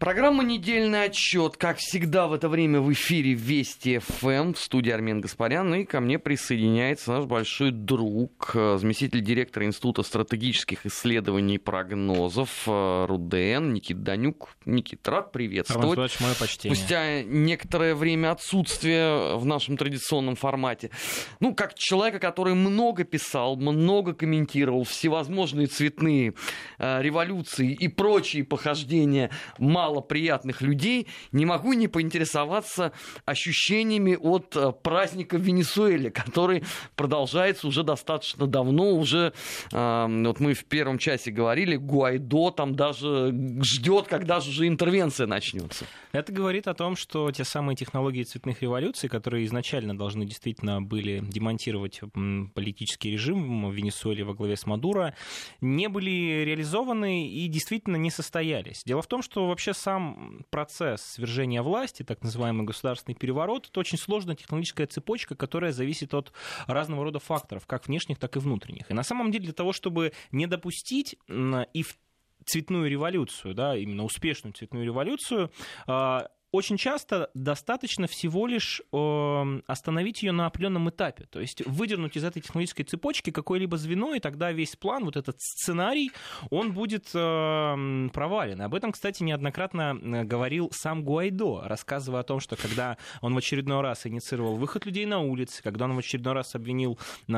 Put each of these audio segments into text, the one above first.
Программа «Недельный отчет», как всегда в это время в эфире Вести ФМ, в студии Армен Гаспарян, ну и ко мне присоединяется наш большой друг, заместитель директора Института стратегических исследований и прогнозов РУДН Никита Данюк. Никита, рад приветствовать. Роман мое почтение. Спустя некоторое время отсутствия в нашем традиционном формате. Ну, как человека, который много писал, много комментировал всевозможные цветные революции и прочие похождения малоприятных людей, не могу не поинтересоваться ощущениями от праздника в Венесуэле, который продолжается уже достаточно давно, уже, вот мы в первом часе говорили, Гуайдо там даже ждет, когда же уже интервенция начнется. Это говорит о том, что те самые технологии цветных революций, которые изначально должны действительно были демонтировать политический режим в Венесуэле во главе с Мадуро, не были реализованы и действительно не состоялись. Дело в том, что вообще сам процесс свержения власти, так называемый государственный переворот, это очень сложная технологическая цепочка, которая зависит от разного рода факторов, как внешних, так и внутренних. И на самом деле для того, чтобы не допустить и в цветную революцию, да, именно успешную цветную революцию, очень часто достаточно всего лишь остановить ее на определенном этапе, то есть выдернуть из этой технологической цепочки какое-либо звено, и тогда весь план, вот этот сценарий, он будет провален. Об этом, кстати, неоднократно говорил сам Гуайдо, рассказывая о том, что когда он в очередной раз инициировал выход людей на улицы, когда он в очередной раз обвинил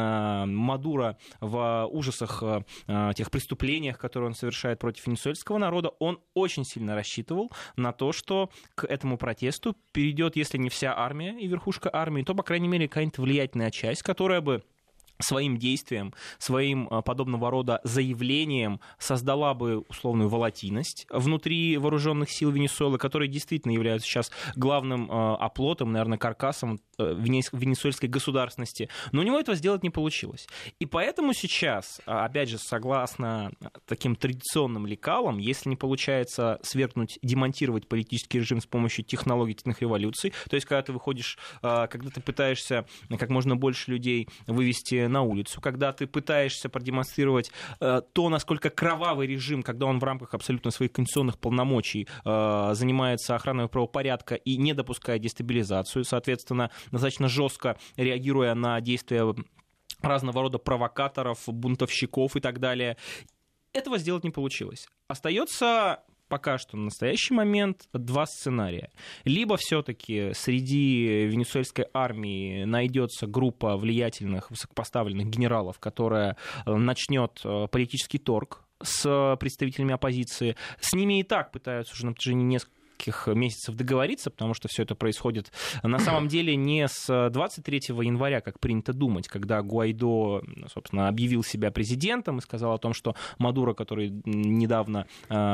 Мадуро в ужасах, тех преступлениях, которые он совершает против венесуэльского народа, он очень сильно рассчитывал на то, что к этому протесту перейдет, если не вся армия и верхушка армии, то, по крайней мере, какая-нибудь влиятельная часть, которая бы своим действием, своим подобного рода заявлением создала бы условную волатильность внутри вооруженных сил Венесуэлы, которые действительно являются сейчас главным оплотом, наверное, каркасом венесуэльской государственности. Но у него этого сделать не получилось. И поэтому сейчас, опять же, согласно таким традиционным лекалам, если не получается свергнуть, демонтировать политический режим с помощью технологий цветных революций, то есть когда ты выходишь, когда ты пытаешься как можно больше людей вывести на улицу, когда ты пытаешься продемонстрировать то, насколько кровавый режим, когда он в рамках абсолютно своих конституционных полномочий занимается охраной правопорядка и не допускает дестабилизацию, соответственно, достаточно жестко реагируя на действия разного рода провокаторов, бунтовщиков и так далее. Этого сделать не получилось. Остается пока что на настоящий момент два сценария. Либо все-таки среди венесуэльской армии найдется группа влиятельных, высокопоставленных генералов, которая начнет политический торг с представителями оппозиции. С ними и так пытаются уже на протяжении нескольких месяцев договориться, потому что все это происходит на самом деле не с 23 января, как принято думать, когда Гуайдо, собственно, объявил себя президентом и сказал о том, что Мадуро, который недавно,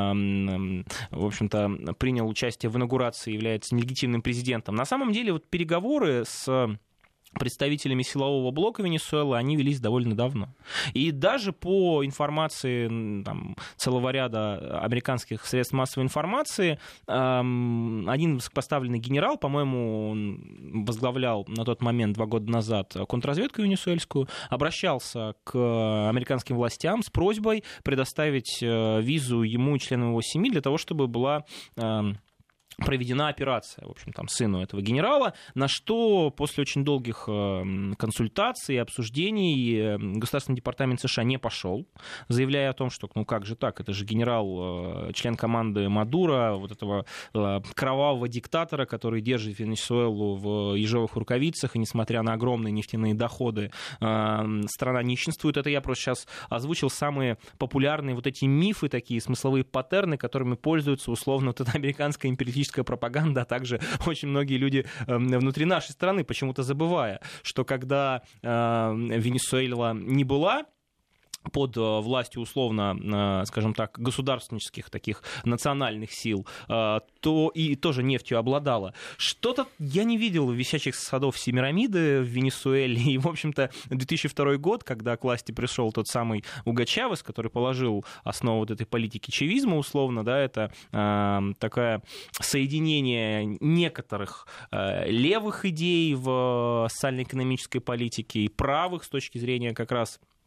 в общем-то, принял участие в инаугурации, является нелегитимным президентом. На самом деле вот переговоры с представителями силового блока Венесуэлы, они велись довольно давно. И даже по информации целого ряда американских средств массовой информации, один высокопоставленный генерал, по-моему, он возглавлял на тот момент, 2 года назад, контрразведку венесуэльскую, обращался к американским властям с просьбой предоставить визу ему и членам его семьи для того, чтобы была проведена операция, в общем, там, сыну этого генерала, на что после очень долгих консультаций и обсуждений Государственный департамент США не пошел, заявляя о том, что, ну как же так, это же генерал, член команды Мадуро, вот этого кровавого диктатора, который держит Венесуэлу в ежовых рукавицах, и несмотря на огромные нефтяные доходы, страна нищенствует. Это я просто сейчас озвучил самые популярные вот эти мифы, такие смысловые паттерны, которыми пользуются условно вот эта американская империалистическая пропаганда, а также очень многие люди внутри нашей страны, почему-то забывая, что когда Венесуэла не была под властью, условно, скажем так, государственнических таких национальных сил, то и тоже нефтью обладала. Что-то я не видел висячих садов Семирамиды в Венесуэле. И, в общем-то, 2002 год, когда к власти пришел тот самый Уго Чавес, который положил основу вот этой политики чавизма, условно, да, это такое соединение некоторых левых идей в социально-экономической политике и правых с точки зрения как раз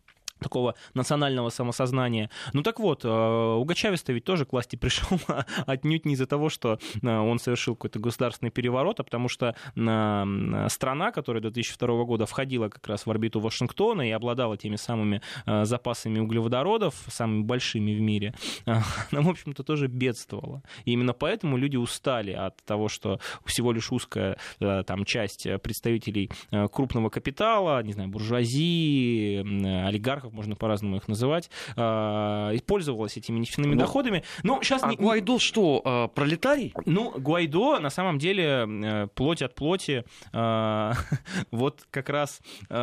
такого национального самосознания. Ну так вот, Уго Чавес-то ведь тоже к власти пришел отнюдь не из-за того, что он совершил какой-то государственный переворот, а потому что страна, которая до 2002 года входила как раз в орбиту Вашингтона и обладала теми самыми запасами углеводородов, самыми большими в мире, она, в общем-то, тоже бедствовала. И именно поэтому люди устали от того, что всего лишь узкая там часть представителей крупного капитала, не знаю, буржуазии, олигархов, можно по-разному их называть, пользовалась этими нефтяными доходами. Но сейчас Гуайдо что, пролетарий? Ну, Гуайдо, на самом деле, плоть от плоти, вот как раз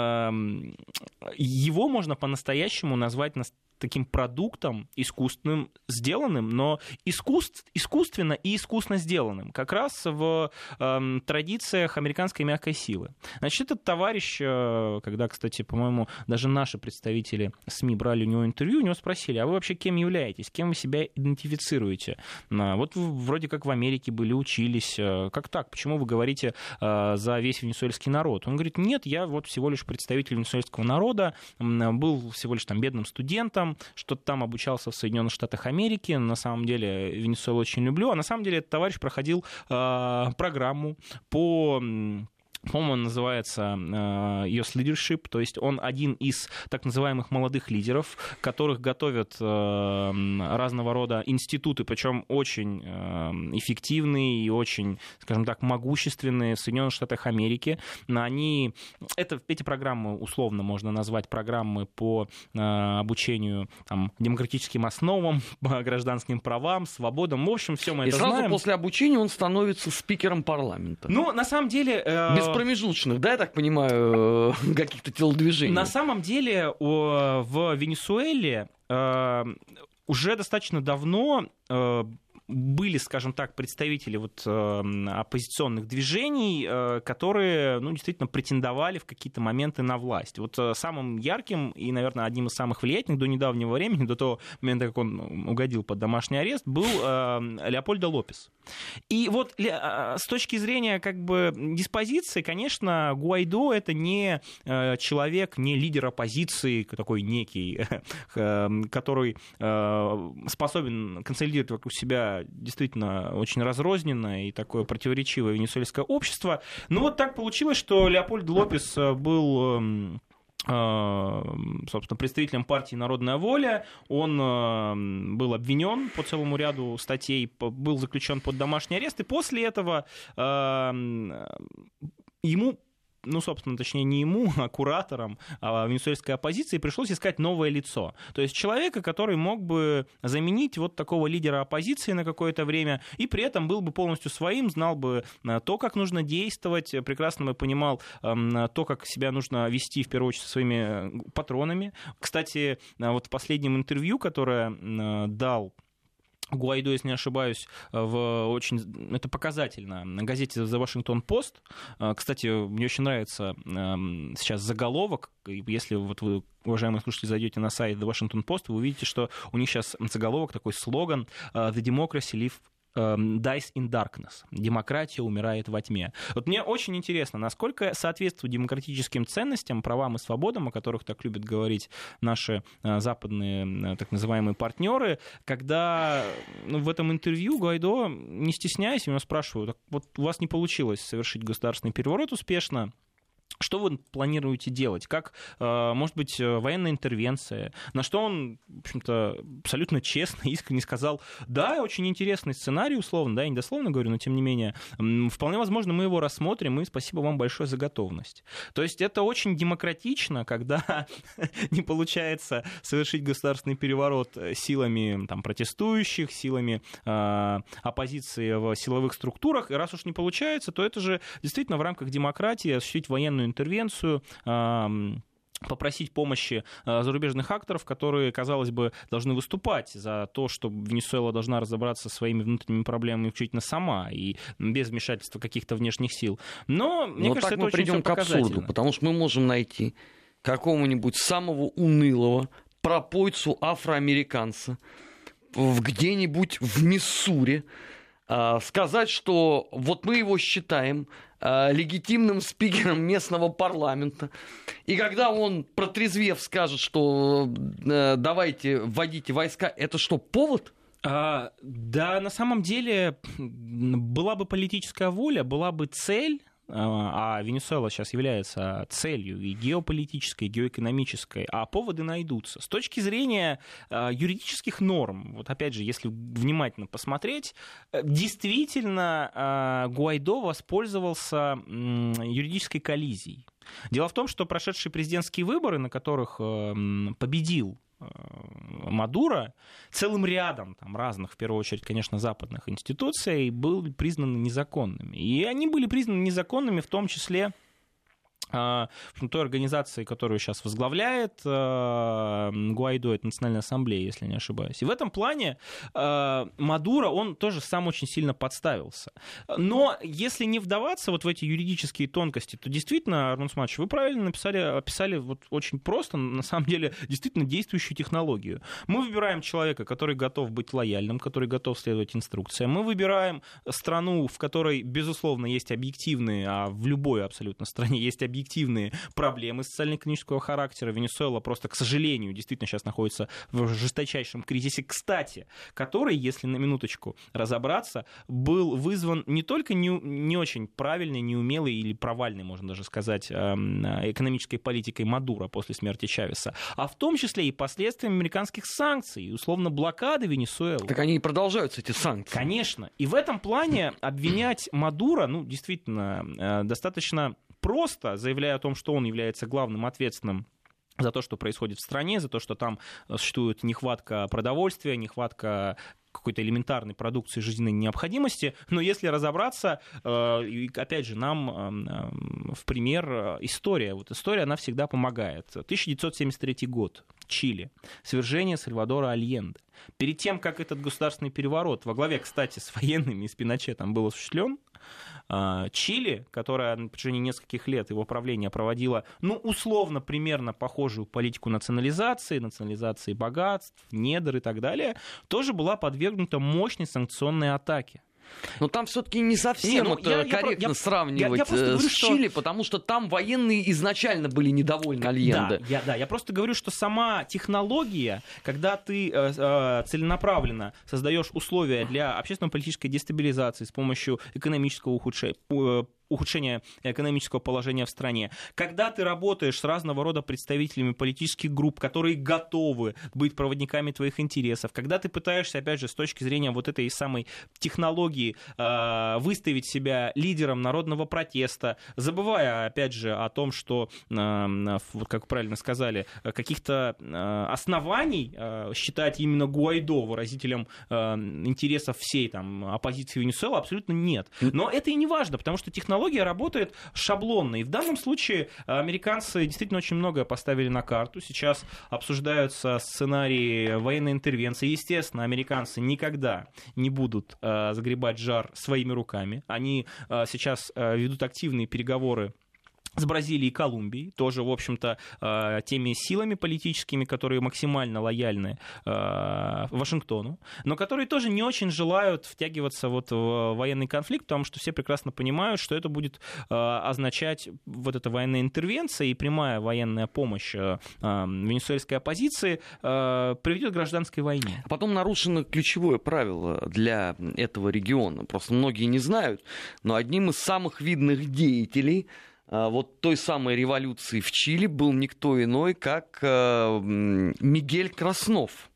его можно по-настоящему назвать таким продуктом искусственным сделанным, но искусственно и искусно сделанным, как раз в традициях американской мягкой силы. Значит, этот товарищ, когда, кстати, по-моему, даже наши представители СМИ брали у него интервью, у него спросили, а вы вообще кем являетесь, кем вы себя идентифицируете? Вот вы вроде как в Америке были, учились, как так, почему вы говорите за весь венесуэльский народ? Он говорит, нет, я вот всего лишь представитель венесуэльского народа, был всего лишь там бедным студентом, что-то там обучался в Соединенных Штатах Америки, на самом деле Венесуэлу очень люблю, а на самом деле этот товарищ проходил программу по-моему, он называется Youth Leadership, то есть он один из так называемых молодых лидеров, которых готовят разного рода институты, причем очень эффективные и очень, скажем так, могущественные в Соединенных Штатах Америки. Эти программы условно можно назвать программы по обучению там, демократическим основам, по гражданским правам, свободам. В общем, все мы это знаем. И сразу после обучения он становится спикером парламента. Ну, на самом деле... Без промежуточных, да, я так понимаю, каких-то телодвижений. На самом деле в Венесуэле уже достаточно давно были, скажем так, представители вот оппозиционных движений, которые, ну, действительно претендовали в какие-то моменты на власть. Вот самым ярким и, наверное, одним из самых влиятельных до недавнего времени, до того момента, как он угодил под домашний арест, был Леопольдо Лопес. И вот с точки зрения как бы диспозиции, конечно, Гуайдо — это не человек, не лидер оппозиции, такой некий, который способен консолидировать вокруг себя действительно очень разрозненное и такое противоречивое венесуэльское общество. Но вот так получилось, что Леопольдо Лопес был... собственно, представителем партии «Народная воля». Он был обвинен по целому ряду статей, был заключен под домашний арест, и после этого ему... Ну, собственно, точнее, не ему, а кураторам венесуэльской оппозиции пришлось искать новое лицо. То есть человека, который мог бы заменить вот такого лидера оппозиции на какое-то время, и при этом был бы полностью своим, знал бы то, как нужно действовать, прекрасно бы понимал то, как себя нужно вести, в первую очередь, со своими патронами. Кстати, вот в последнем интервью, которое дал Гуайдо, если не ошибаюсь, это показательно, на газете The Washington Post. Кстати, мне очень нравится сейчас заголовок. Если вот вы, уважаемые слушатели, зайдете на сайт The Washington Post, вы увидите, что у них сейчас заголовок, такой слоган «The democracy dies in darkness». Демократия умирает во тьме. Вот мне очень интересно, насколько соответствует демократическим ценностям, правам и свободам, о которых так любят говорить наши западные так называемые партнеры, когда в этом интервью Гуайдо, не стесняясь, его спрашивают, вот у вас не получилось совершить государственный переворот успешно, что вы планируете делать? Как, может быть, военная интервенция? На что он, в общем-то, абсолютно честно, искренне сказал, да, очень интересный сценарий, условно, да, я не дословно говорю, но тем не менее, вполне возможно, мы его рассмотрим, и спасибо вам большое за готовность. То есть это очень демократично, когда не получается совершить государственный переворот силами там, протестующих, силами оппозиции в силовых структурах, и раз уж не получается, то это же действительно в рамках демократии осуществить военную интервенцию, попросить помощи зарубежных акторов, которые, казалось бы, должны выступать за то, что Венесуэла должна разобраться со своими внутренними проблемами исключительно сама и без вмешательства каких-то внешних сил. Но мне кажется, это очень всё показательно. Так мы придем к абсурду, потому что мы можем найти какого-нибудь самого унылого пропойцу афроамериканца где-нибудь в Миссури, сказать, что вот мы его считаем легитимным спикером местного парламента, и когда он, протрезвев, скажет, что давайте вводите войска, это что, повод? Да, на самом деле была бы политическая воля, была бы цель, а Венесуэла сейчас является целью и геополитической, и геоэкономической, а поводы найдутся. С точки зрения юридических норм, вот опять же, если внимательно посмотреть, действительно Гуайдо воспользовался юридической коллизией. Дело в том, что прошедшие президентские выборы, на которых победил Мадуро, целым рядом там, разных, в первую очередь, конечно, западных институций, были признаны незаконными. И они были признаны незаконными в том числе той организации, которую сейчас возглавляет Гуайдо, это Национальная ассамблея, если не ошибаюсь. И в этом плане Мадуро, он тоже сам очень сильно подставился. Но если не вдаваться вот в эти юридические тонкости, то действительно, Армен Усманович, вы правильно описали вот очень просто, на самом деле, действительно действующую технологию. Мы выбираем человека, который готов быть лояльным, который готов следовать инструкциям. Мы выбираем страну, в которой, безусловно, есть объективные, а в любой абсолютно стране есть объективные проблемы социально-экономического характера. Венесуэла просто, к сожалению, действительно сейчас находится в жесточайшем кризисе, кстати, который, если на минуточку разобраться, был вызван не только не очень правильной, неумелой или провальной, можно даже сказать, экономической политикой Мадуро после смерти Чавеса, а в том числе и последствиями американских санкций, условно, блокады Венесуэлы. Так они и продолжаются, эти санкции. Конечно. И в этом плане обвинять Мадуро, действительно, достаточно просто, заявляя о том, что он является главным ответственным за то, что происходит в стране, за то, что там существует нехватка продовольствия, нехватка какой-то элементарной продукции жизненной необходимости. Но если разобраться, опять же, нам в пример история. Вот история, она всегда помогает. 1973 год. Чили. Свержение Сальвадора Альенде. Перед тем, как этот государственный переворот, во главе, кстати, с военными и с Пиночетом, был осуществлен, Чили, которая на протяжении нескольких лет его правления проводила, условно, примерно похожую политику национализации богатств, недр и так далее, тоже была подвергнута мощной санкционной атаке. Но там все-таки не совсем корректно сравнивать с Чили, потому что там военные изначально были недовольны Альенде. Я просто говорю, что сама технология, когда ты целенаправленно создаешь условия для общественно-политической дестабилизации с помощью экономического ухудшения экономического положения в стране, когда ты работаешь с разного рода представителями политических групп, которые готовы быть проводниками твоих интересов, когда ты пытаешься, опять же, с точки зрения вот этой самой технологии выставить себя лидером народного протеста, забывая, опять же, о том, что, вот как правильно сказали, каких-то оснований считать именно Гуайдо выразителем интересов всей там оппозиции Венесуэлы абсолютно нет. Но это и не важно, потому что технология работает шаблонно. И в данном случае американцы действительно очень многое поставили на карту. Сейчас обсуждаются сценарии военной интервенции. Естественно, американцы никогда не будут загребать жар своими руками. Они сейчас ведут активные переговоры с Бразилией и Колумбией, тоже, в общем-то, теми силами политическими, которые максимально лояльны Вашингтону, но которые тоже не очень желают втягиваться вот в военный конфликт, потому что все прекрасно понимают, что это будет означать вот эта военная интервенция и прямая военная помощь венесуэльской оппозиции приведет к гражданской войне. А потом нарушено ключевое правило для этого региона. Просто многие не знают, но одним из самых видных деятелей вот той самой революции в Чили был никто иной, как Мигель Краснов,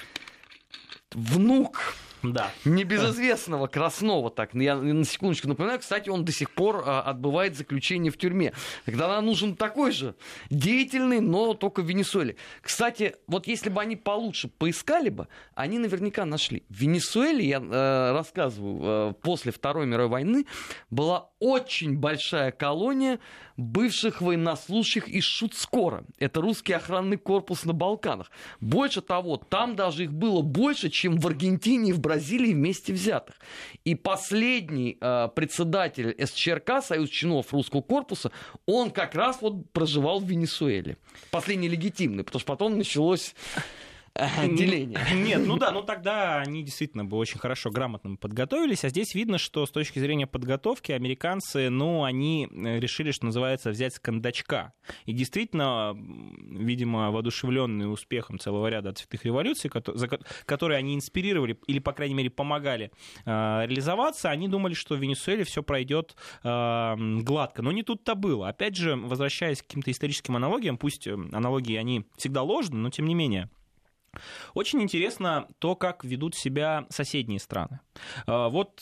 внук небезызвестного Краснова. Так, я на секундочку напоминаю, кстати, он до сих пор отбывает заключение в тюрьме. Тогда нужен такой же деятельный, но только в Венесуэле. Кстати, вот если бы они получше поискали бы, они наверняка нашли. В Венесуэле, я рассказываю, после Второй мировой войны была очень большая колония бывших военнослужащих из Шутскора. Это русский охранный корпус на Балканах. Больше того, там даже их было больше, чем в Аргентине и в Бразилии вместе взятых. И последний председатель СЧРК, Союз чинов русского корпуса, он как раз вот проживал в Венесуэле. Последний легитимный, потому что потом началось отделение. Нет, тогда они действительно бы очень хорошо, грамотно подготовились, а здесь видно, что с точки зрения подготовки американцы, они решили, что называется, взять с кондачка. И действительно, видимо, воодушевленные успехом целого ряда цветных революций, которые они инспирировали или, по крайней мере, помогали реализоваться, они думали, что в Венесуэле все пройдет гладко. Но не тут-то было. Опять же, возвращаясь к каким-то историческим аналогиям, пусть аналогии, они всегда ложны, но тем не менее, очень интересно то, как ведут себя соседние страны. Вот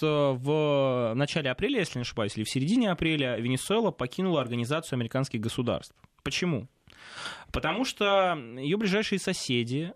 в начале апреля, если не ошибаюсь, или в середине апреля Венесуэла покинула Организацию американских государств. Почему? Потому что ее ближайшие соседи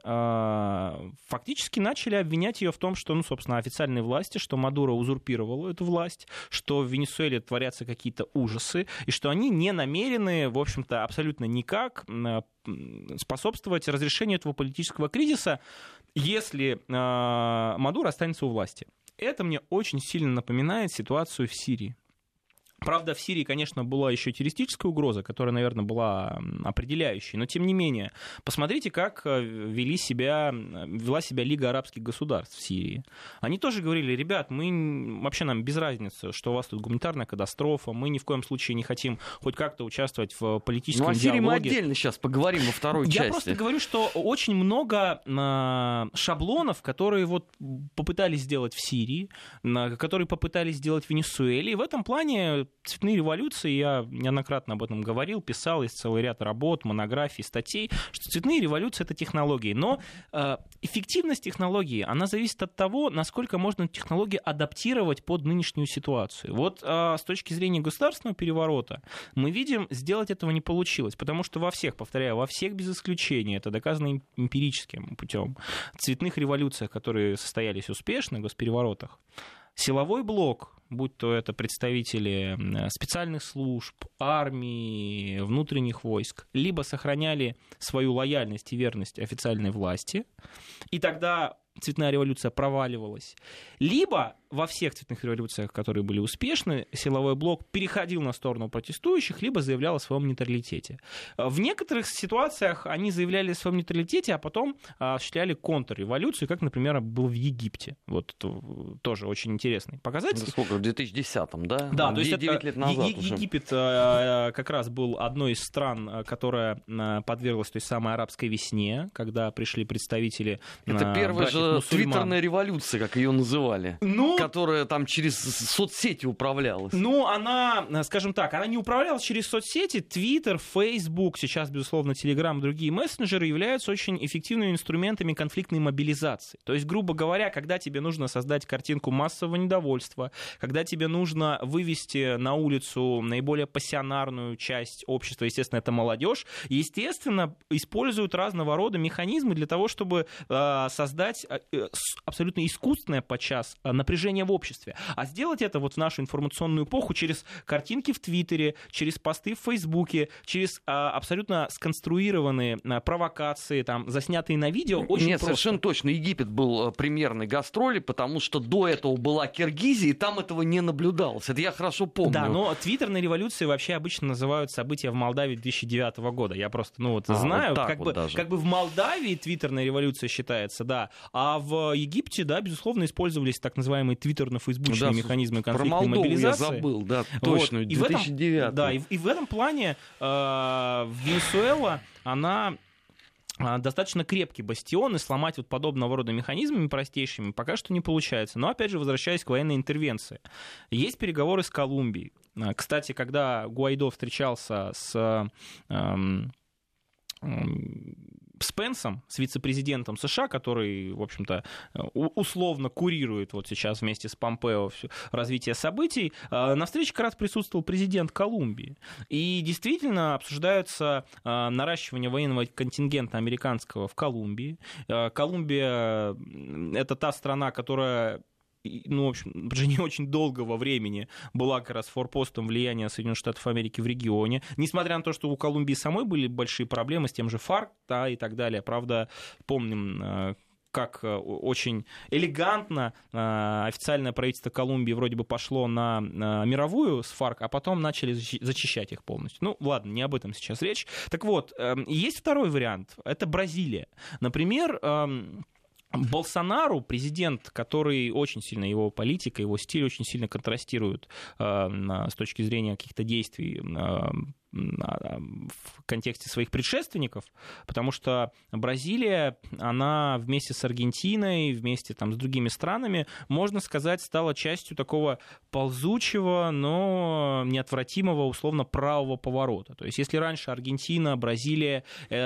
фактически начали обвинять ее в том, что, собственно, официальные власти, что Мадуро узурпировал эту власть, что в Венесуэле творятся какие-то ужасы, и что они не намерены, в общем-то, абсолютно никак способствовать разрешению этого политического кризиса, если Мадуро останется у власти. Это мне очень сильно напоминает ситуацию в Сирии. Правда, в Сирии, конечно, была еще террористическая угроза, которая, наверное, была определяющей, но тем не менее, посмотрите, как вела себя Лига арабских государств в Сирии. Они тоже говорили: ребят, вообще нам без разницы, что у вас тут гуманитарная катастрофа, мы ни в коем случае не хотим хоть как-то участвовать в политическом диалоге. Ну, о Сирии мы отдельно сейчас поговорим во второй части. Я просто говорю, что очень много шаблонов, которые попытались сделать в Сирии, которые попытались сделать в Венесуэле, и в этом плане цветные революции, я неоднократно об этом говорил, писал, есть целый ряд работ, монографий, статей, что цветные революции — это технологии. Но эффективность технологии, она зависит от того, насколько можно технологии адаптировать под нынешнюю ситуацию. Вот с точки зрения государственного переворота мы видим, сделать этого не получилось, потому что во всех без исключения, это доказано эмпирическим путем, цветных революциях, которые состоялись успешно, госпереворотах, силовой блок, будь то это представители специальных служб, армии, внутренних войск, либо сохраняли свою лояльность и верность официальной власти, и тогда цветная революция проваливалась, либо во всех цветных революциях, которые были успешны, силовой блок переходил на сторону протестующих, либо заявлял о своем нейтралитете. В некоторых ситуациях они заявляли о своем нейтралитете, а потом осуществляли контрреволюцию, как, например, был в Египте. Вот это тоже очень интересный показатель. Это сколько, в 2010-м, да? Да, то есть 9 лет назад Египет как раз был одной из стран, которая подверглась той самой арабской весне, когда пришли представители Это первая же твиттерная революция, как ее называли. Которая там через соцсети управлялась. Она, скажем так, она не управлялась через соцсети. Твиттер, Фейсбук, сейчас, безусловно, Телеграм и другие мессенджеры являются очень эффективными инструментами конфликтной мобилизации. То есть, грубо говоря, когда тебе нужно создать картинку массового недовольства, когда тебе нужно вывести на улицу наиболее пассионарную часть общества, естественно, это молодежь, естественно, используют разного рода механизмы для того, чтобы создать абсолютно искусственное подчас напряжение в обществе. А сделать это в нашу информационную эпоху через картинки в Твиттере, через посты в Фейсбуке, через абсолютно сконструированные провокации, заснятые на видео, очень Нет, просто. Совершенно точно. Египет был примерной гастроли, потому что до этого была Киргизия, и там этого не наблюдалось. Это я хорошо помню. Да, но твиттерной революцией вообще обычно называют события в Молдавии 2009 года. Я просто, знаю, как бы в Молдавии твиттерная революция считается, да, а в Египте, да, безусловно, использовались так называемые твиттерно-фейсбучные механизмы конфликтной мобилизации. Я забыл, да, точно, 2009. И в этом плане Венесуэла, она достаточно крепкий бастион, и сломать подобного рода механизмами простейшими пока что не получается. Но, опять же, возвращаясь к военной интервенции. Есть переговоры с Колумбией. Кстати, когда Гуайдо встречался с Пенсом, с вице-президентом США, который, в общем-то, условно курирует сейчас вместе с Помпео развитие событий, на встрече как раз присутствовал президент Колумбии. И действительно обсуждается наращивание военного контингента американского в Колумбии. Колумбия — это та страна, которая в общем, в протяжении очень долгого времени была как раз форпостом влияния Соединенных Штатов Америки в регионе. Несмотря на то, что у Колумбии самой были большие проблемы с тем же ФАРК, да, и так далее. Правда, помним, как очень элегантно официальное правительство Колумбии вроде бы пошло на мировую с ФАРК, а потом начали зачищать их полностью. Ну, ладно, не об этом сейчас речь. Так вот, есть второй вариант. Это Бразилия. Например, Болсонару, президент, который очень сильно, его политика, его стиль очень сильно контрастирует с точки зрения каких-то действий в контексте своих предшественников, потому что Бразилия, она вместе с Аргентиной, вместе там, с другими странами, можно сказать, стала частью такого ползучего, но неотвратимого, условно, правого поворота. То есть если раньше Аргентина, Бразилия,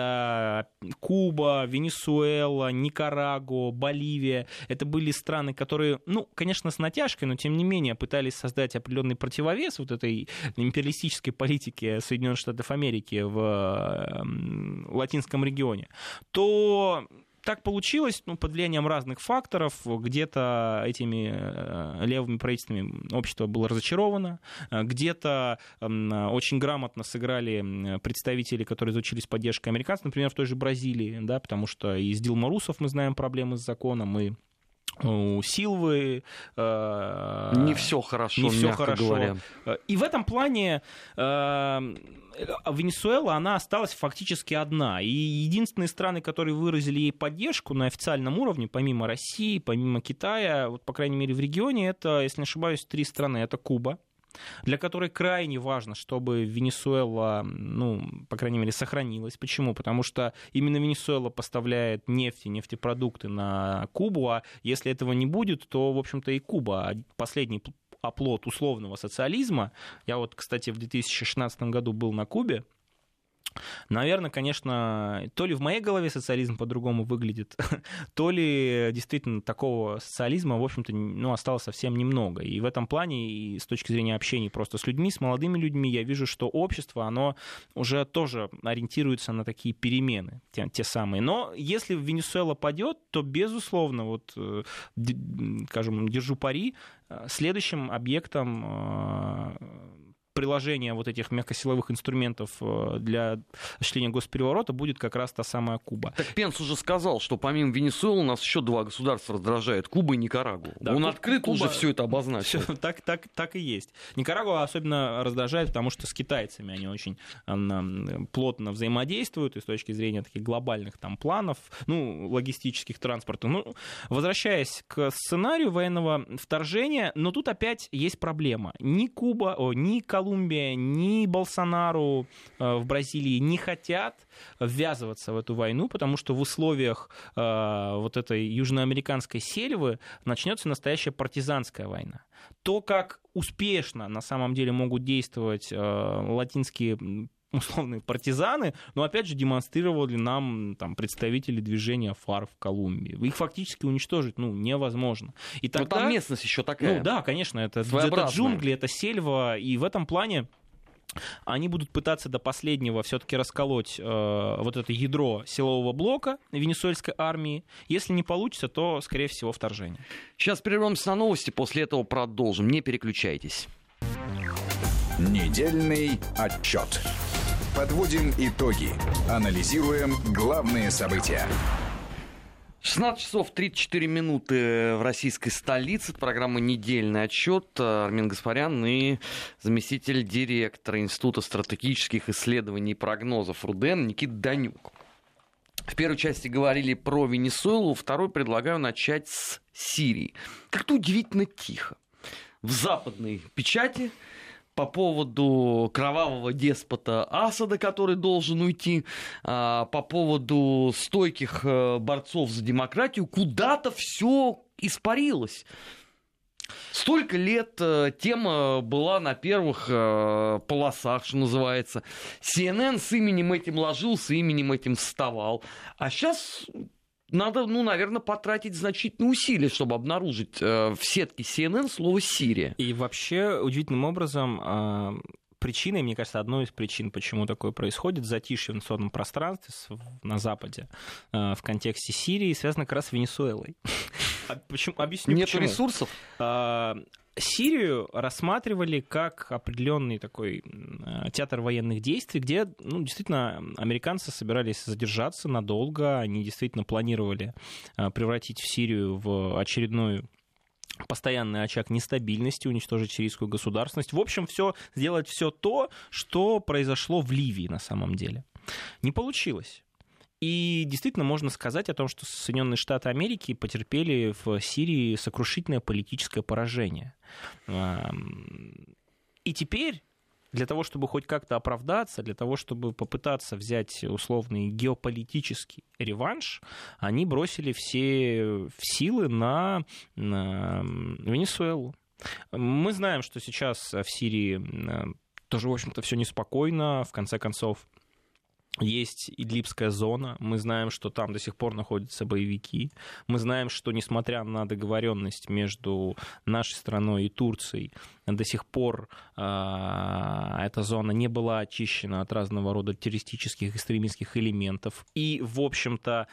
Куба, Венесуэла, Никарагуа, Боливия, это были страны, которые, ну, конечно, с натяжкой, но тем не менее пытались создать определенный противовес вот этой империалистической политике Соединенных Штатов Америки в латинском регионе, то так получилось, ну, под влиянием разных факторов. Где-то этими левыми правительствами общество было разочаровано, где-то очень грамотно сыграли представители, которые заручились поддержкой американцев, например, в той же Бразилии, да, потому что и с Дилма Русефф мы знаем проблемы с законом, и у Силвы не все хорошо, мягко говоря. И в этом плане Венесуэла, она осталась фактически одна. И единственные страны, которые выразили ей поддержку на официальном уровне, помимо России, помимо Китая, вот, по крайней мере, в регионе, это, если не ошибаюсь, 3 страны. Это Куба, для которой крайне важно, чтобы Венесуэла, ну, по крайней мере, сохранилась. Почему? Потому что именно Венесуэла поставляет нефть и нефтепродукты на Кубу, а если этого не будет, то, в общем-то, и Куба, последний оплот условного социализма. Я вот, кстати, в 2016 году был на Кубе. Наверное, конечно, то ли в моей голове социализм по-другому выглядит, то ли действительно такого социализма, в общем-то, ну, осталось совсем немного. И в этом плане, и с точки зрения общения просто с людьми, с молодыми людьми, я вижу, что общество, оно уже тоже ориентируется на такие перемены, те самые. Но если Венесуэла падет, то, безусловно, вот, скажем, держу пари, следующим объектом приложение вот этих мягкосиловых инструментов для осуществления госпереворота будет как раз та самая Куба. Так Пенс уже сказал, что помимо Венесуэлы у нас еще 2 государства раздражают: Куба и Никарагуа. Да, он открыто уже все это обозначил. Так и есть. Никарагуа особенно раздражает, потому что с китайцами они очень плотно взаимодействуют, и с точки зрения таких глобальных там планов, ну, логистических, транспортов. Ну, возвращаясь к сценарию военного вторжения, но тут опять есть проблема. Ни Колумбия, ни Болсонару в Бразилии не хотят ввязываться в эту войну, потому что в условиях вот этой южноамериканской сельвы начнется настоящая партизанская война. То, как успешно на самом деле могут действовать латинские условные партизаны, но опять же демонстрировали нам там представители движения ФАРК в Колумбии. Их фактически уничтожить, ну, невозможно. И тогда, но там местность еще такая. Ну да, конечно, это джунгли, это сельва, и в этом плане они будут пытаться до последнего все-таки расколоть вот это ядро силового блока венесуэльской армии. Если не получится, то, скорее всего, вторжение. Сейчас прервемся на новости, после этого продолжим. Не переключайтесь. Недельный отчет. Подводим итоги. Анализируем главные события. 16 часов 34 минуты в российской столице. Это программа «Недельный отчет». Армен Гаспарян и заместитель директора Института стратегических исследований и прогнозов РУДН Никита Данюк. В первой части говорили про Венесуэлу, во второй предлагаю начать с Сирии. Как-то удивительно тихо. В западной печати по поводу кровавого деспота Асада, который должен уйти, по поводу стойких борцов за демократию, куда-то все испарилось. Столько лет тема была на первых полосах, что называется. CNN с именем этим ложился, именем этим вставал. А сейчас надо, ну, наверное, потратить значительные усилия, чтобы обнаружить в сетке CNN слово «Сирия». И вообще, удивительным образом, причиной, мне кажется, одной из причин, почему такое происходит, затишье в информационном пространстве на Западе в контексте Сирии, связано как раз с Венесуэлой. Объясню, Нет почему. ресурсов? Сирию рассматривали как определенный такой театр военных действий, где действительно американцы собирались задержаться надолго, они действительно планировали превратить в Сирию в очередной постоянный очаг нестабильности, уничтожить сирийскую государственность. В общем, сделать все то, что произошло в Ливии на самом деле. Не получилось. И действительно можно сказать о том, что Соединенные Штаты Америки потерпели в Сирии сокрушительное политическое поражение. И теперь для того, чтобы хоть как-то оправдаться, для того, чтобы попытаться взять условный геополитический реванш, они бросили все силы на Венесуэлу. Мы знаем, что сейчас в Сирии тоже, в общем-то, все неспокойно. В конце концов, есть Идлибская зона, мы знаем, что там до сих пор находятся боевики, мы знаем, что, несмотря на договоренность между нашей страной и Турцией, до сих пор эта зона не была очищена от разного рода террористических, экстремистских элементов и, в общем-то,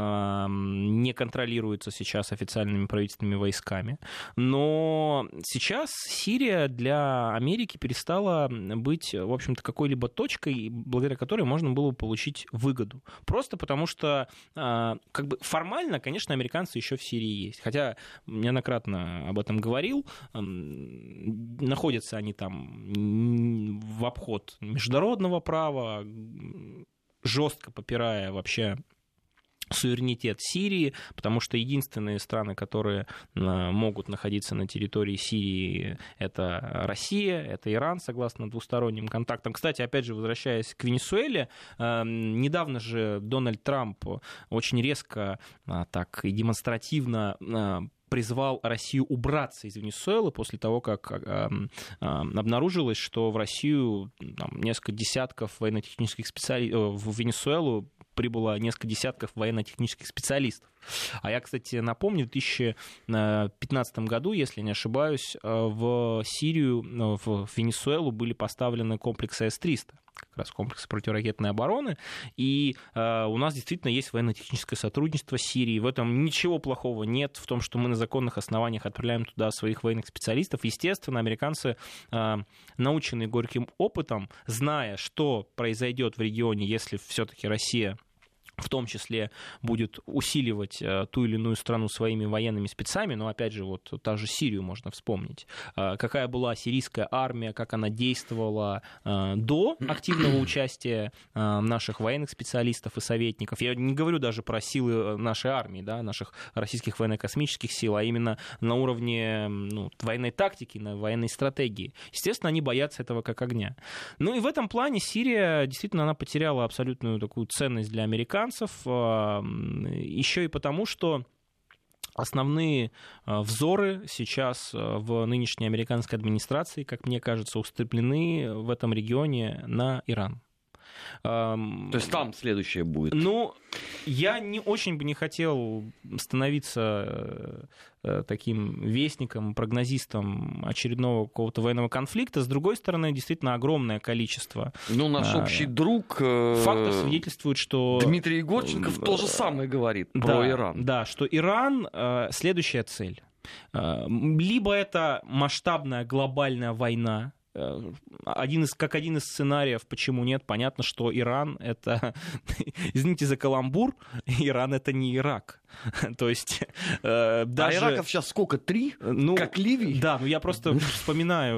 не контролируется сейчас официальными правительственными войсками. Но сейчас Сирия для Америки перестала быть, в общем-то, какой-либо точкой, благодаря которой можно было получить выгоду. Просто потому что формально, конечно, американцы еще в Сирии есть. Хотя неоднократно об этом говорил. Находятся они там в обход международного права, жестко попирая вообще суверенитет Сирии, потому что единственные страны, которые могут находиться на территории Сирии, это Россия, это Иран, согласно двусторонним контактам. Кстати, опять же, возвращаясь к Венесуэле, недавно же Дональд Трамп очень резко так и демонстративно призвал Россию убраться из Венесуэлы после того, как обнаружилось, что в Россию несколько десятков военно-технических специалистов, в Венесуэлу прибыло несколько десятков военно-технических специалистов. А я, кстати, напомню, в 2015 году, если не ошибаюсь, в Сирию, в Венесуэлу были поставлены комплексы С-300, как раз комплексы противоракетной обороны, и у нас действительно есть военно-техническое сотрудничество с Сирией. В этом ничего плохого нет, в том, что мы на законных основаниях отправляем туда своих военных специалистов. Естественно, американцы, наученные горьким опытом, зная, что произойдет в регионе, если все-таки Россия в том числе будет усиливать ту или иную страну своими военными спецами, но, опять же, вот та же Сирию можно вспомнить. Какая была сирийская армия, как она действовала до активного участия наших военных специалистов и советников. Я не говорю даже про силы нашей армии, да, наших российских военно-космических сил, а именно на уровне военной тактики, на военной стратегии. Естественно, они боятся этого как огня. Ну и в этом плане Сирия, действительно, она потеряла абсолютную такую ценность для американцев, еще и потому, что основные взоры сейчас в нынешней американской администрации, как мне кажется, устремлены в этом регионе на Иран. То есть там следующее будет? Я не очень бы не хотел становиться таким вестником, прогнозистом очередного какого-то военного конфликта. С другой стороны, действительно огромное количество... наш общий друг... фактов свидетельствует, что... Дмитрий Егорченков то же самое говорит про Иран. Да, что Иран — следующая цель. Либо это масштабная глобальная война, один из сценариев, почему нет, понятно, что Иран — это, извините за каламбур, Иран — это не Ирак. То есть даже... А Ираков сейчас сколько? 3? Как Ливии? Да, я просто вспоминаю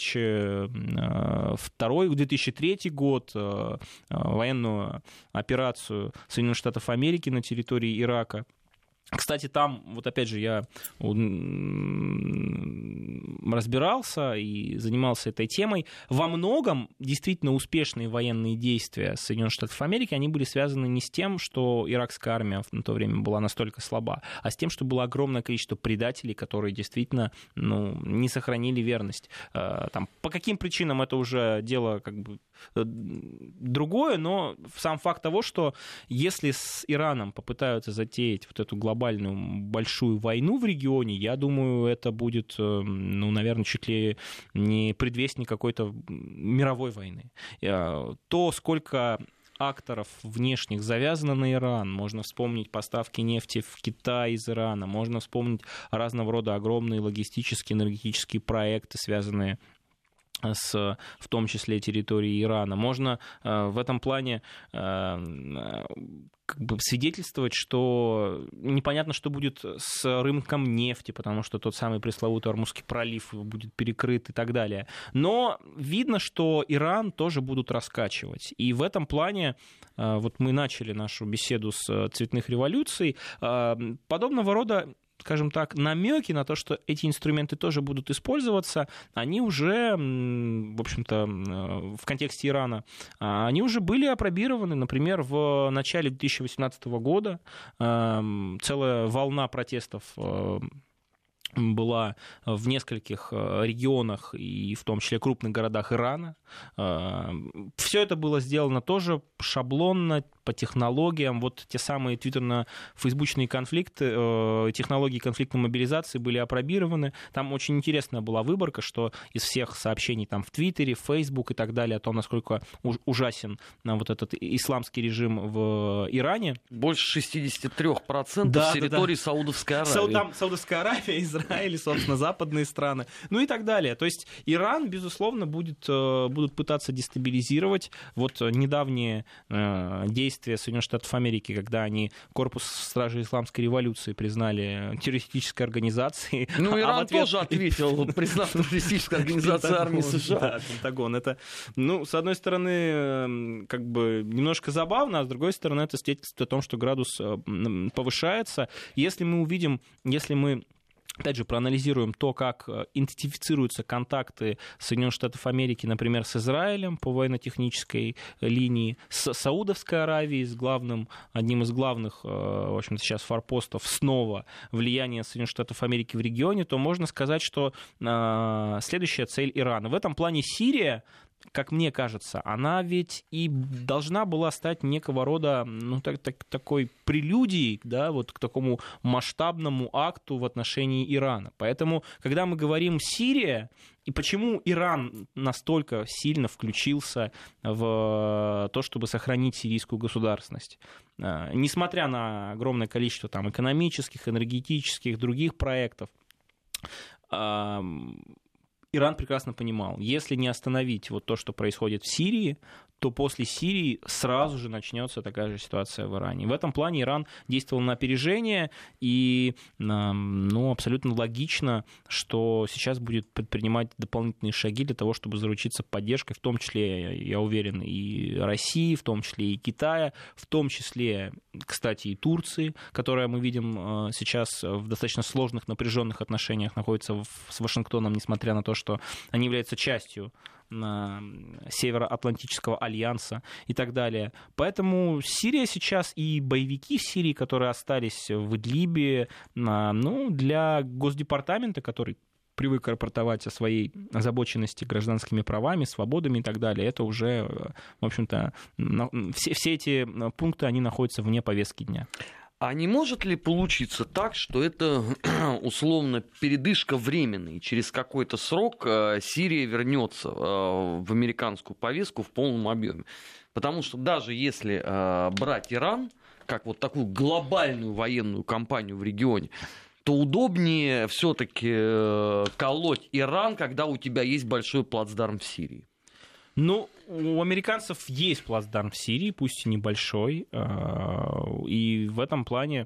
2002-2003 год, военную операцию Соединенных Штатов Америки на территории Ирака. Кстати, там, вот опять же, я разбирался и занимался этой темой. Во многом действительно успешные военные действия Соединенных Штатов Америки, они были связаны не с тем, что иракская армия на то время была настолько слаба, а с тем, что было огромное количество предателей, которые действительно не сохранили верность. Там, по каким причинам, это уже дело как бы другое, но сам факт того, что если с Ираном попытаются затеять вот эту глобальную большую войну в регионе, я думаю, это будет, наверное, чуть ли не предвестник какой-то мировой войны. То, сколько акторов внешних завязано на Иран. Можно вспомнить поставки нефти в Китай из Ирана, можно вспомнить разного рода огромные логистические, энергетические проекты, связанные в том числе территории Ирана. Можно в этом плане свидетельствовать, что непонятно, что будет с рынком нефти, потому что тот самый пресловутый Ормузский пролив будет перекрыт и так далее. Но видно, что Иран тоже будут раскачивать. И в этом плане, вот мы начали нашу беседу с цветных революций, подобного рода, скажем так, намеки на то, что эти инструменты тоже будут использоваться, они уже, в общем-то, в контексте Ирана, они уже были опробированы. Например, в начале 2018 года целая волна протестов была в нескольких регионах, и в том числе крупных городах Ирана. Все это было сделано тоже шаблонно, по технологиям. Вот те самые твиттерно-фейсбучные конфликты, технологии конфликтной мобилизации были опробированы. Там очень интересная была выборка, что из всех сообщений там в Твиттере, в Фейсбук и так далее о том, насколько ужасен вот этот исламский режим в Иране. Больше 63% с территории Саудовской Аравии. Там Саудовская Аравия, Израиль, собственно, западные страны, ну и так далее. То есть Иран, безусловно, будут пытаться дестабилизировать. Вот недавние действия Соединенных Штатов Америки, когда они корпус стражей исламской революции признали террористической организацией. Ну, Иран тоже ответил, признав террористической организацией армии США. Да, Пентагон. Это, ну, с одной стороны, как бы немножко забавно, а с другой стороны, это свидетельствует о том, что градус повышается. Если мы опять же, проанализируем то, как идентифицируются контакты Соединенных Штатов Америки, например, с Израилем по военно-технической линии, с Саудовской Аравией, одним из главных, в общем-то, сейчас форпостов снова влияния Соединенных Штатов Америки в регионе, то можно сказать, что следующая цель Ирана. В этом плане Сирия, как мне кажется, она ведь и должна была стать некого рода, ну, такой прелюдией, да, вот к такому масштабному акту в отношении Ирана. Поэтому, когда мы говорим «Сирия», и почему Иран настолько сильно включился в то, чтобы сохранить сирийскую государственность? Несмотря на огромное количество там экономических, энергетических, других проектов, Иран прекрасно понимал, если не остановить вот то, что происходит в Сирии, то после Сирии сразу же начнется такая же ситуация в Иране. В этом плане Иран действовал на опережение, и абсолютно логично, что сейчас будет предпринимать дополнительные шаги для того, чтобы заручиться поддержкой, в том числе, я уверен, и России, в том числе и Китая, в том числе, кстати, и Турции, которая, мы видим, сейчас в достаточно сложных, напряженных отношениях находится с Вашингтоном, несмотря на то, что они являются частью Североатлантического альянса и так далее. Поэтому Сирия сейчас и боевики в Сирии, которые остались в Идлибе, для Госдепартамента, который привык рапортовать о своей озабоченности гражданскими правами, свободами и так далее, это уже, в общем-то, все эти пункты, они находятся вне повестки дня. А не может ли получиться так, что это условно передышка временная, и через какой-то срок Сирия вернется в американскую повестку в полном объеме? Потому что даже если брать Иран, как вот такую глобальную военную кампанию в регионе, то удобнее все-таки колоть Иран, когда у тебя есть большой плацдарм в Сирии. Ну, у американцев есть плацдарм в Сирии, пусть и небольшой, и в этом плане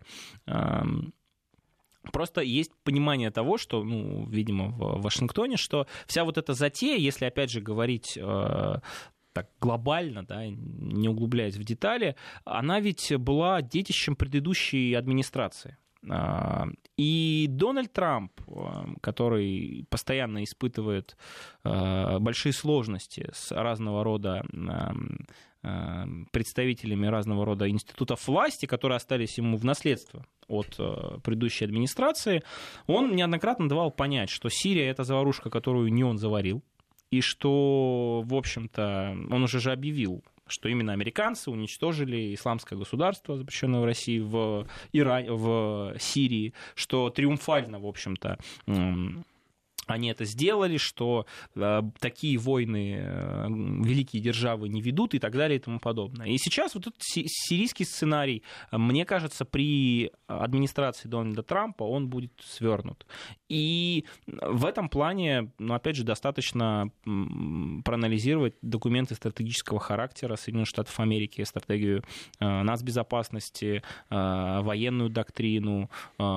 просто есть понимание того, что, видимо, в Вашингтоне, что вся вот эта затея, если, опять же, говорить так глобально, да, не углубляясь в детали, она ведь была детищем предыдущей администрации. И Дональд Трамп, который постоянно испытывает большие сложности с разного рода представителями разного рода институтов власти, которые остались ему в наследство от предыдущей администрации, он неоднократно давал понять, что Сирия — это заварушка, которую не он заварил, и что, в общем-то, он уже объявил, что именно американцы уничтожили исламское государство, запрещенное в России, в Сирии, что триумфально, в общем-то, они это сделали, что такие войны великие державы не ведут и так далее и тому подобное. И сейчас вот этот сирийский сценарий, мне кажется, при администрации Дональда Трампа он будет свернут. И в этом плане, опять же, достаточно проанализировать документы стратегического характера Соединенных Штатов Америки, стратегию нацбезопасности, военную доктрину.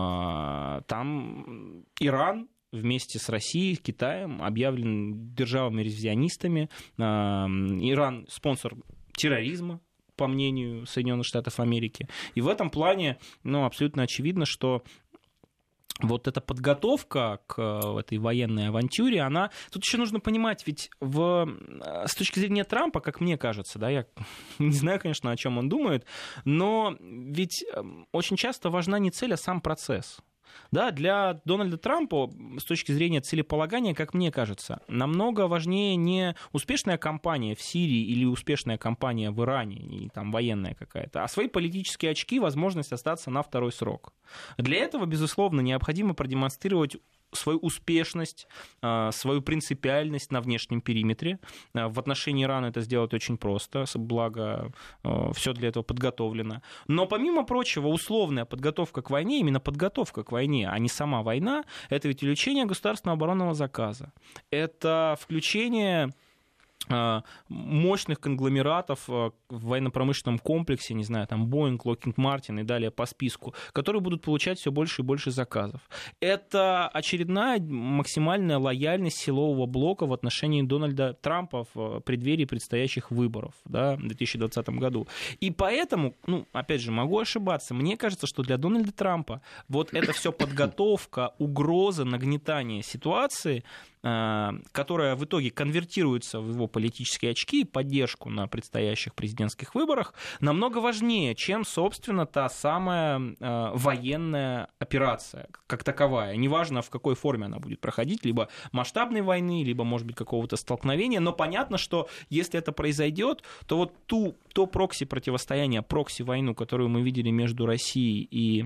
Там Иран вместе с Россией, Китаем объявлен державами-ревизионистами. Иран — спонсор терроризма, по мнению Соединенных Штатов Америки. И в этом плане абсолютно очевидно, что вот эта подготовка к этой военной авантюре, она... Тут еще нужно понимать, ведь с точки зрения Трампа, как мне кажется, да, я не знаю, конечно, о чем он думает, но ведь очень часто важна не цель, а сам процесс. Да, для Дональда Трампа, с точки зрения целеполагания, как мне кажется, намного важнее не успешная кампания в Сирии или успешная кампания в Иране, и там военная какая-то, а свои политические очки, возможность остаться на второй срок. Для этого, безусловно, необходимо продемонстрировать свою успешность, свою принципиальность на внешнем периметре. В отношении Ирана это сделать очень просто, благо все для этого подготовлено. Но, помимо прочего, условная подготовка к войне, именно подготовка к войне, а не сама война, это ведь увеличение государственного оборонного заказа. Это включение мощных конгломератов в военно-промышленном комплексе, не знаю, там Boeing, Lockheed Martin и далее по списку, которые будут получать все больше и больше заказов. Это очередная максимальная лояльность силового блока в отношении Дональда Трампа в преддверии предстоящих выборов, да, в 2020 году. И поэтому, опять же, могу ошибаться, мне кажется, что для Дональда Трампа вот это все подготовка, угроза, нагнетание ситуации, которая в итоге конвертируется в его политические очки и поддержку на предстоящих президентских выборах, намного важнее, чем, собственно, та самая военная операция как таковая. Неважно, в какой форме она будет проходить, либо масштабной войны, либо, может быть, какого-то столкновения, но понятно, что если это произойдет, то вот то прокси-противостояние, прокси-войну, которую мы видели между Россией и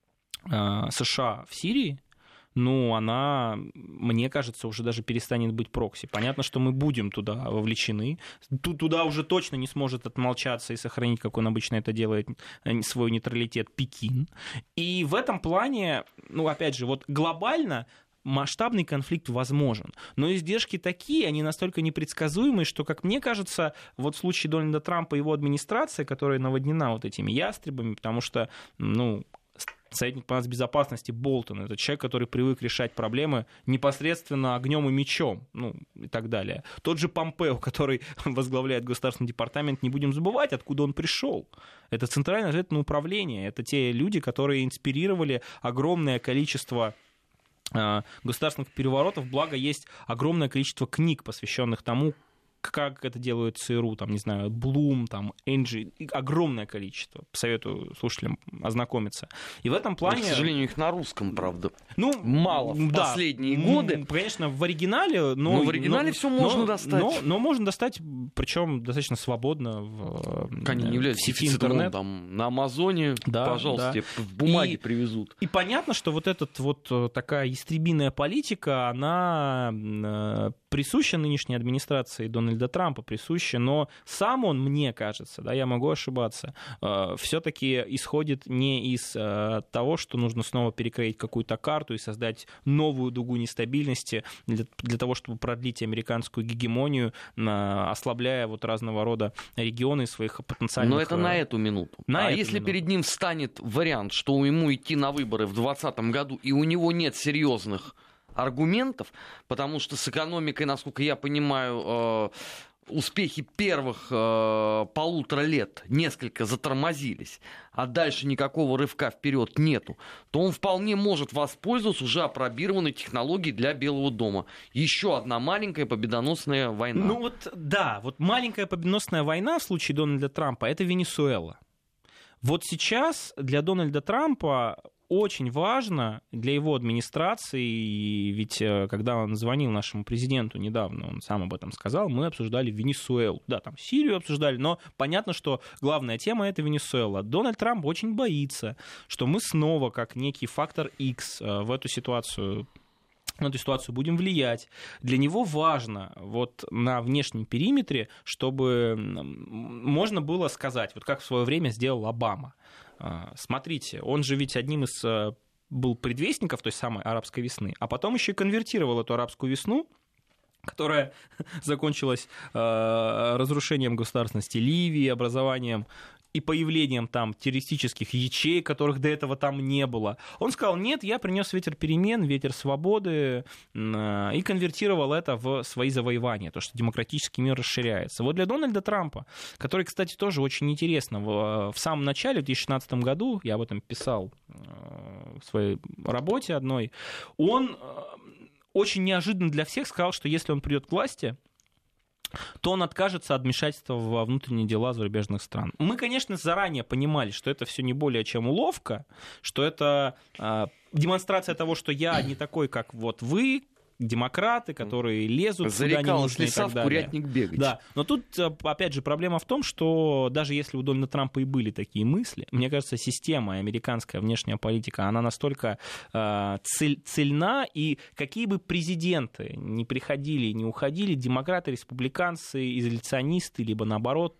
США в Сирии, она, мне кажется, уже даже перестанет быть прокси. Понятно, что мы будем туда вовлечены. Туда уже точно не сможет отмолчаться и сохранить, как он обычно это делает, свой нейтралитет Пекин. И в этом плане, опять же, вот глобально масштабный конфликт возможен. Но издержки такие, они настолько непредсказуемые, что, как мне кажется, вот в случае Дональда Трампа и его администрации, которая наводнена вот этими ястребами, потому что, советник по нацбезопасности Болтон — это человек, который привык решать проблемы непосредственно огнем и мечом, и так далее. Тот же Помпео, который возглавляет Государственный департамент, не будем забывать, откуда он пришел. Это Центральное разведывательное управление, это те люди, которые инспирировали огромное количество государственных переворотов, благо есть огромное количество книг, посвященных тому, как это делают ЦРУ, там, не знаю, Блум, там, Энджи, огромное количество. Советую слушателям ознакомиться. И в этом плане... Но, к сожалению, их на русском, правда, мало в последние годы. Конечно, в оригинале, но... в оригинале все можно достать. Но можно достать, причем достаточно свободно в сети интернет. Там, на Амазоне, пожалуйста, тебе в бумаге привезут. И понятно, что вот эта вот такая ястребиная политика, она присуща нынешней администрации Дональда Трампа, присуща, но сам он, мне кажется, я могу ошибаться, все-таки исходит не из того, что нужно снова перекроить какую-то карту и создать новую дугу нестабильности для того, чтобы продлить американскую гегемонию, ослабляя вот разного рода регионы своих потенциальных... Но это на эту минуту. Если перед ним встанет вариант, что ему идти на выборы в 2020 году, и у него нет серьезных аргументов, потому что с экономикой, насколько я понимаю, успехи первых 1,5 лет несколько затормозились, а дальше никакого рывка вперед нету, то он вполне может воспользоваться уже апробированной технологией для Белого дома. Еще одна маленькая победоносная война. Вот маленькая победоносная война в случае Дональда Трампа — это Венесуэла. Вот сейчас для Дональда Трампа очень важно, для его администрации, ведь когда он звонил нашему президенту недавно, он сам об этом сказал, мы обсуждали Венесуэлу. Да, там Сирию обсуждали, но понятно, что главная тема — это Венесуэла. Дональд Трамп очень боится, что мы снова, как некий фактор X, в эту ситуацию на эту ситуацию будем влиять. Для него важно вот на внешнем периметре, чтобы можно было сказать, вот как в свое время сделал Обама. Смотрите, он же ведь одним из был предвестников той самой арабской весны, а потом еще и конвертировал эту арабскую весну, которая закончилась разрушением государственности Ливии, образованием и появлением там террористических ячеек, которых до этого там не было. Он сказал, нет, я принес ветер перемен, ветер свободы, и конвертировал это в свои завоевания, то, что демократический мир расширяется. Вот для Дональда Трампа, который, кстати, тоже очень интересно, в самом начале, в 2016 году, я об этом писал в своей работе одной, он очень неожиданно для всех сказал, что если он придет к власти, то он откажется от вмешательства во внутренние дела зарубежных стран. Мы, конечно, заранее понимали, что это все не более чем уловка, что это демонстрация того, что я не такой, как вот вы, демократы, которые лезут куда не нужно и так далее. Курятник бегать. Да, но тут, опять же, проблема в том, что даже если у Дональда Трампа и были такие мысли, мне кажется, система, американская внешняя политика, она настолько цельна, и какие бы президенты ни приходили, ни уходили, демократы, республиканцы, изоляционисты, либо, наоборот,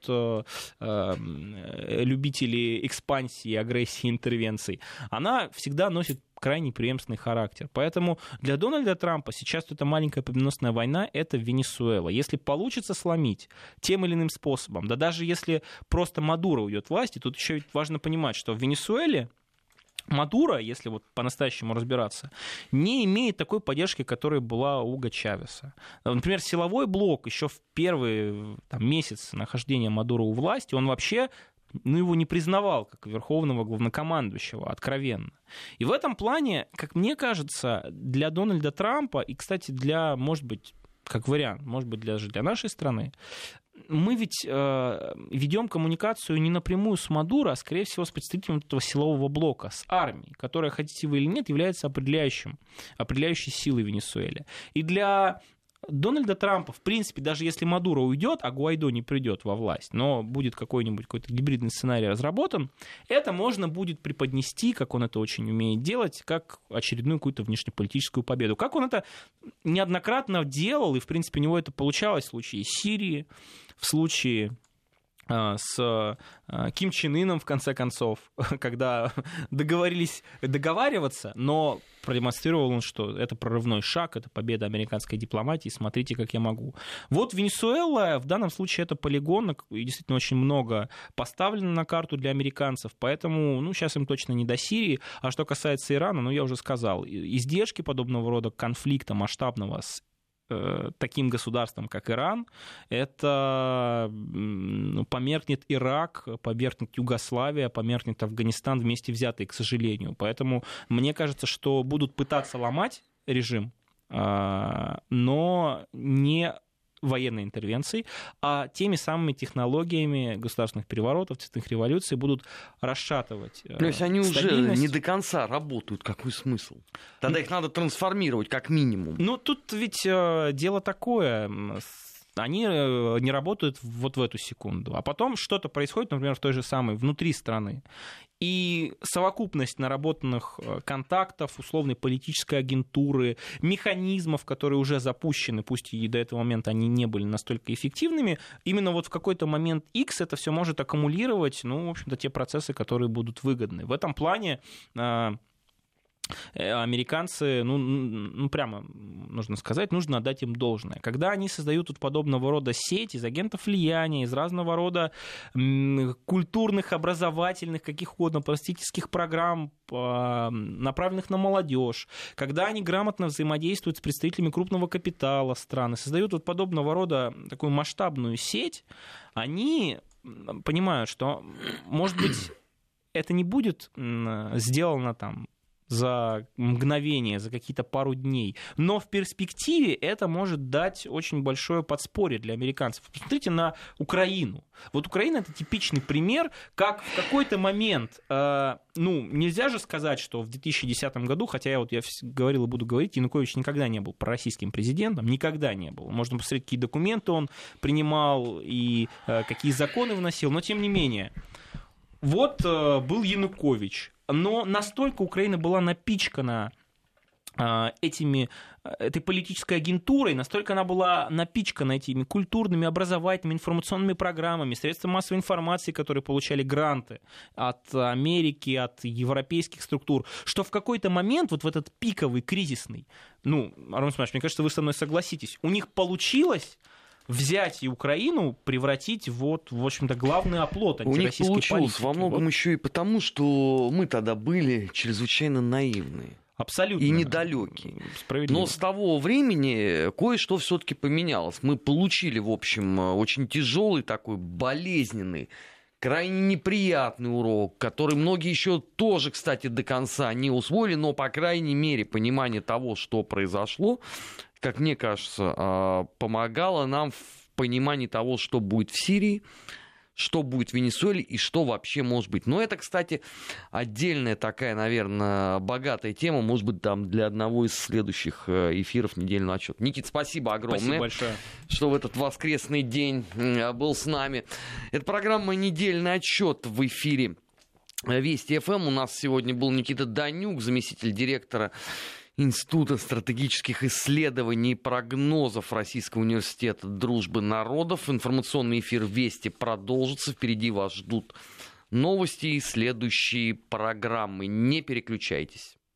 любители экспансии, агрессии, интервенций, она всегда носит крайне преемственный характер. Поэтому для Дональда Трампа сейчас эта маленькая победоносная война — это Венесуэла. Если получится сломить тем или иным способом, да даже если просто Мадуро уйдет в власти, тут еще важно понимать, что в Венесуэле Мадуро, если вот по-настоящему разбираться, не имеет такой поддержки, которая была у Уго Чавеса. Например, силовой блок еще в первый месяц нахождения Мадуро у власти, он вообще его не признавал как верховного главнокомандующего, откровенно. И в этом плане, как мне кажется, для Дональда Трампа, и, кстати, может быть, как вариант, может быть, даже для нашей страны, мы ведь ведем коммуникацию не напрямую с Мадуро, а, скорее всего, с представителем этого силового блока, с армией, которая, хотите вы или нет, является определяющей силой в Венесуэле. И для Дональда Трампа, в принципе, даже если Мадуро уйдет, а Гуайдо не придет во власть, но будет какой-то гибридный сценарий разработан, это можно будет преподнести, как он это очень умеет делать, как очередную какую-то внешнеполитическую победу. Как он это неоднократно делал, и, в принципе, у него это получалось в случае Сирии, в случае с Ким Чен Ыном, в конце концов, когда договорились договариваться, но продемонстрировал он, что это прорывной шаг, это победа американской дипломатии, смотрите, как я могу. Вот Венесуэла, в данном случае это полигон, и действительно очень много поставлено на карту для американцев, поэтому сейчас им точно не до Сирии. А что касается Ирана, я уже сказал, издержки подобного рода конфликта масштабного с таким государством, как Иран, это померкнет Ирак, померкнет Югославия, померкнет Афганистан вместе взятые, к сожалению. Поэтому мне кажется, что будут пытаться ломать режим, но не военной интервенцией, а теми самыми технологиями государственных переворотов, цветных революций будут расшатывать То есть они уже не до конца работают, какой смысл? Тогда их надо трансформировать как минимум. Тут ведь дело такое, они не работают вот в эту секунду, а потом что-то происходит, например, в той же самой внутри страны. И совокупность наработанных контактов, условной политической агентуры, механизмов, которые уже запущены, пусть и до этого момента они не были настолько эффективными, именно вот в какой-то момент X это все может аккумулировать, в общем-то, те процессы, которые будут выгодны. В этом плане американцы, прямо нужно сказать, нужно отдать им должное. Когда они создают вот подобного рода сеть из агентов влияния, из разного рода культурных, образовательных, каких угодно просветительских программ, направленных на молодежь, когда они грамотно взаимодействуют с представителями крупного капитала страны, создают вот подобного рода такую масштабную сеть, они понимают, что, может быть, это не будет сделано за мгновение, за какие-то пару дней. Но в перспективе это может дать очень большое подспорье для американцев. Посмотрите на Украину. Вот Украина — это типичный пример, как в какой-то момент, нельзя же сказать, что в 2010 году, хотя я говорил и буду говорить, Янукович никогда не был пророссийским президентом, никогда не был. Можно посмотреть, какие документы он принимал и какие законы вносил, но тем не менее. Вот был Янукович, но настолько Украина была напичкана этой политической агентурой, настолько она была напичкана этими культурными, образовательными, информационными программами, средствами массовой информации, которые получали гранты от Америки, от европейских структур, что в какой-то момент, вот в этот пиковый, кризисный, Армен Исмаилович, мне кажется, вы со мной согласитесь, у них получилось взять и Украину превратить в общем-то, главный оплот антироссийской политики. У них получилось во многом еще и потому, что мы тогда были чрезвычайно наивные. Абсолютно. И недалекие. Справедливо. Но с того времени кое-что все-таки поменялось. Мы получили, в общем, очень тяжелый такой, болезненный, крайне неприятный урок, который многие еще тоже, кстати, до конца не усвоили, но, по крайней мере, понимание того, что произошло, как мне кажется, помогало нам в понимании того, что будет в Сирии, что будет в Венесуэле и что вообще может быть. Но это, кстати, отдельная такая, наверное, богатая тема, может быть, там для одного из следующих эфиров недельного отчета. Никит, спасибо огромное, спасибо большое, что в этот воскресный день был с нами. Это программа «Недельный отчет» в эфире Вести ФМ. У нас сегодня был Никита Данюк, заместитель директора Института стратегических исследований и прогнозов Российского университета дружбы народов. Информационный эфир «Вести» продолжится. Впереди вас ждут новости и следующие программы. Не переключайтесь.